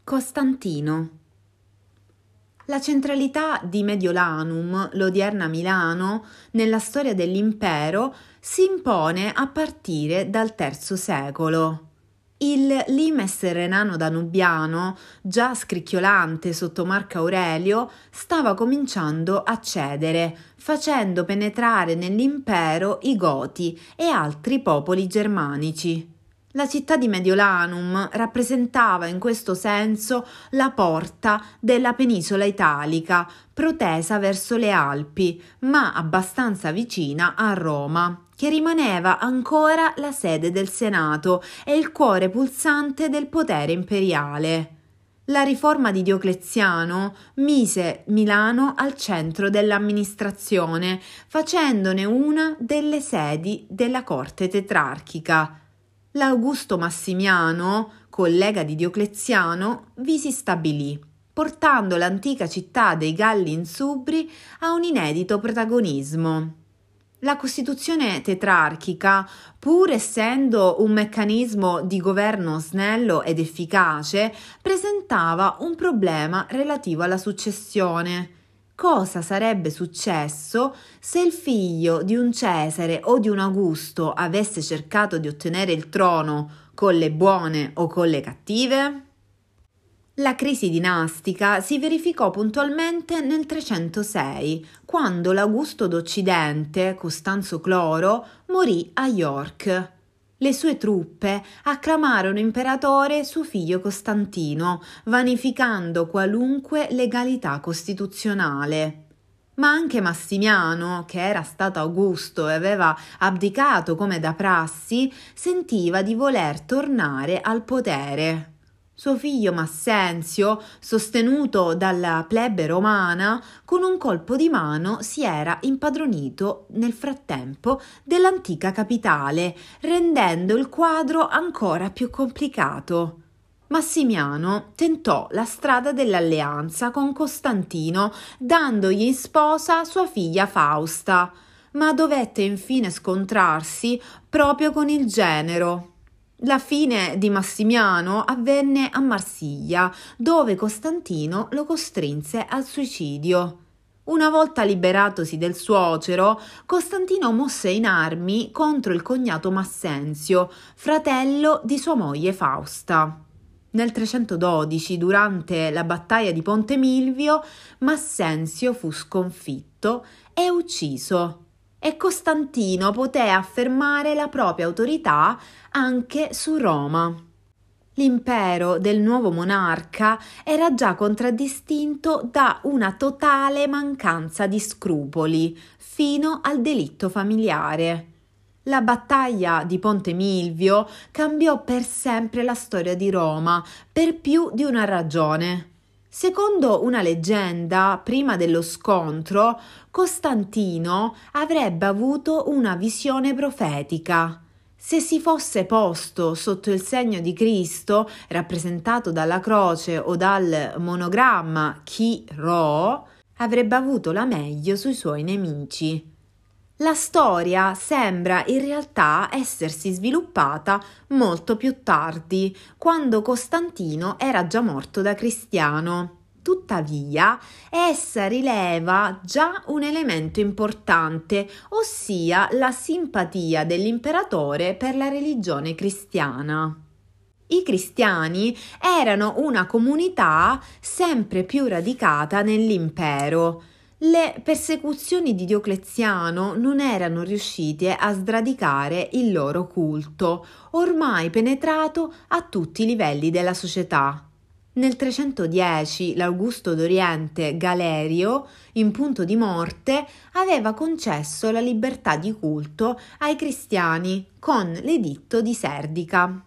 Costantino. La centralità di Mediolanum, l'odierna Milano, nella storia dell'impero si impone a partire dal III secolo. Il limes renano-danubiano, già scricchiolante sotto Marco Aurelio, stava cominciando a cedere, facendo penetrare nell'impero i Goti e altri popoli germanici. La città di Mediolanum rappresentava in questo senso la porta della penisola italica, protesa verso le Alpi, ma abbastanza vicina a Roma, che rimaneva ancora la sede del Senato e il cuore pulsante del potere imperiale. La riforma di Diocleziano mise Milano al centro dell'amministrazione, facendone una delle sedi della corte tetrarchica. L'Augusto Massimiano, collega di Diocleziano, vi si stabilì, portando l'antica città dei Galli Insubri a un inedito protagonismo. La Costituzione tetrarchica, pur essendo un meccanismo di governo snello ed efficace, presentava un problema relativo alla successione. Cosa sarebbe successo se il figlio di un Cesare o di un Augusto avesse cercato di ottenere il trono con le buone o con le cattive? La crisi dinastica si verificò puntualmente nel 306, quando l'Augusto d'Occidente, Costanzo Cloro, morì a York. Le sue truppe acclamarono imperatore suo figlio Costantino, vanificando qualunque legalità costituzionale. Ma anche Massimiano, che era stato Augusto e aveva abdicato come da prassi, sentiva di voler tornare al potere. Suo figlio Massenzio, sostenuto dalla plebe romana, con un colpo di mano si era impadronito nel frattempo dell'antica capitale, rendendo il quadro ancora più complicato. Massimiano tentò la strada dell'alleanza con Costantino, dandogli in sposa sua figlia Fausta, ma dovette infine scontrarsi proprio con il genero. La fine di Massimiano avvenne a Marsiglia, dove Costantino lo costrinse al suicidio. Una volta liberatosi del suocero, Costantino mosse in armi contro il cognato Massenzio, fratello di sua moglie Fausta. Nel 312, durante la battaglia di Ponte Milvio, Massenzio fu sconfitto e ucciso. E Costantino poté affermare la propria autorità anche su Roma. L'impero del nuovo monarca era già contraddistinto da una totale mancanza di scrupoli, fino al delitto familiare. La battaglia di Ponte Milvio cambiò per sempre la storia di Roma, per più di una ragione. Secondo una leggenda, prima dello scontro, Costantino avrebbe avuto una visione profetica. Se si fosse posto sotto il segno di Cristo, rappresentato dalla croce o dal monogramma Chi Rho, avrebbe avuto la meglio sui suoi nemici. La storia sembra in realtà essersi sviluppata molto più tardi, quando Costantino era già morto da cristiano. Tuttavia, essa rileva già un elemento importante, ossia la simpatia dell'imperatore per la religione cristiana. I cristiani erano una comunità sempre più radicata nell'impero. Le persecuzioni di Diocleziano non erano riuscite a sradicare il loro culto, ormai penetrato a tutti i livelli della società. Nel 310 l'Augusto d'Oriente Galerio, in punto di morte, aveva concesso la libertà di culto ai cristiani con l'editto di Serdica.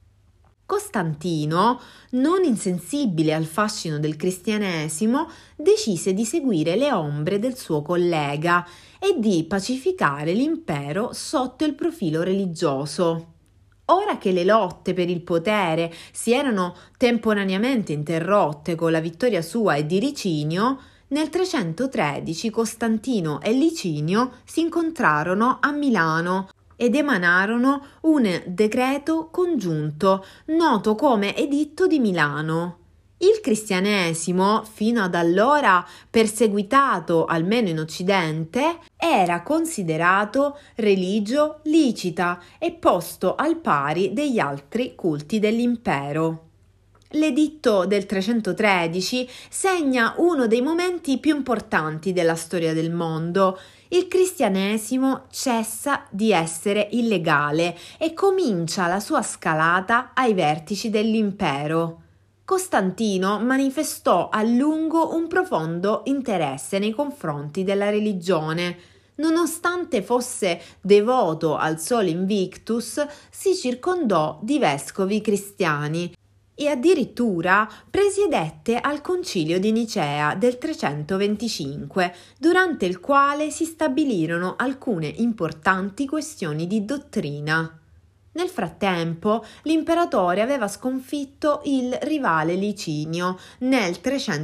Costantino, non insensibile al fascino del cristianesimo, decise di seguire le ombre del suo collega e di pacificare l'impero sotto il profilo religioso. Ora che le lotte per il potere si erano temporaneamente interrotte con la vittoria sua e di Licinio, nel 313 Costantino e Licinio si incontrarono a Milano ed emanarono un decreto congiunto noto come Editto di Milano. Il cristianesimo, fino ad allora perseguitato almeno in Occidente, era considerato religio licita e posto al pari degli altri culti dell'impero. L'editto del 313 segna uno dei momenti più importanti della storia del mondo. Il cristianesimo cessa di essere illegale e comincia la sua scalata ai vertici dell'impero. Costantino manifestò a lungo un profondo interesse nei confronti della religione. Nonostante fosse devoto al Sole Invictus, si circondò di vescovi cristiani e addirittura presiedette al Concilio di Nicea del 325, durante il quale si stabilirono alcune importanti questioni di dottrina. Nel frattempo, l'imperatore aveva sconfitto il rivale Licinio nel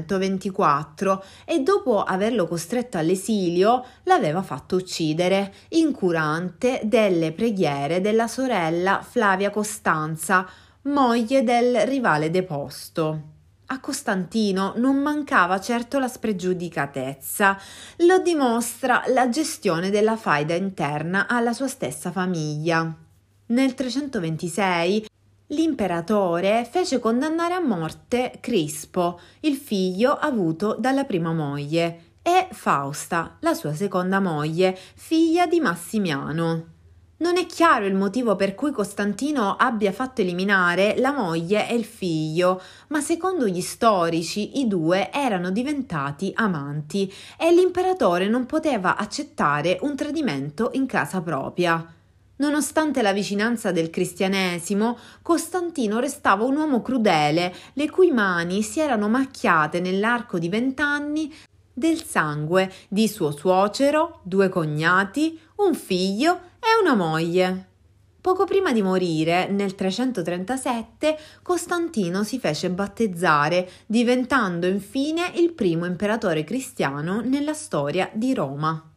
324 e dopo averlo costretto all'esilio l'aveva fatto uccidere, incurante delle preghiere della sorella Flavia Costanza, moglie del rivale deposto. A Costantino non mancava certo la spregiudicatezza, lo dimostra la gestione della faida interna alla sua stessa famiglia. Nel 326 l'imperatore fece condannare a morte Crispo, il figlio avuto dalla prima moglie, e Fausta, la sua seconda moglie, figlia di Massimiano. Non è chiaro il motivo per cui Costantino abbia fatto eliminare la moglie e il figlio, ma secondo gli storici i due erano diventati amanti e l'imperatore non poteva accettare un tradimento in casa propria. Nonostante la vicinanza del cristianesimo, Costantino restava un uomo crudele, le cui mani si erano macchiate nell'arco di 20 anni del sangue di suo suocero, 2 cognati, un figlio e una moglie. Poco prima di morire, nel 337, Costantino si fece battezzare, diventando infine il primo imperatore cristiano nella storia di Roma.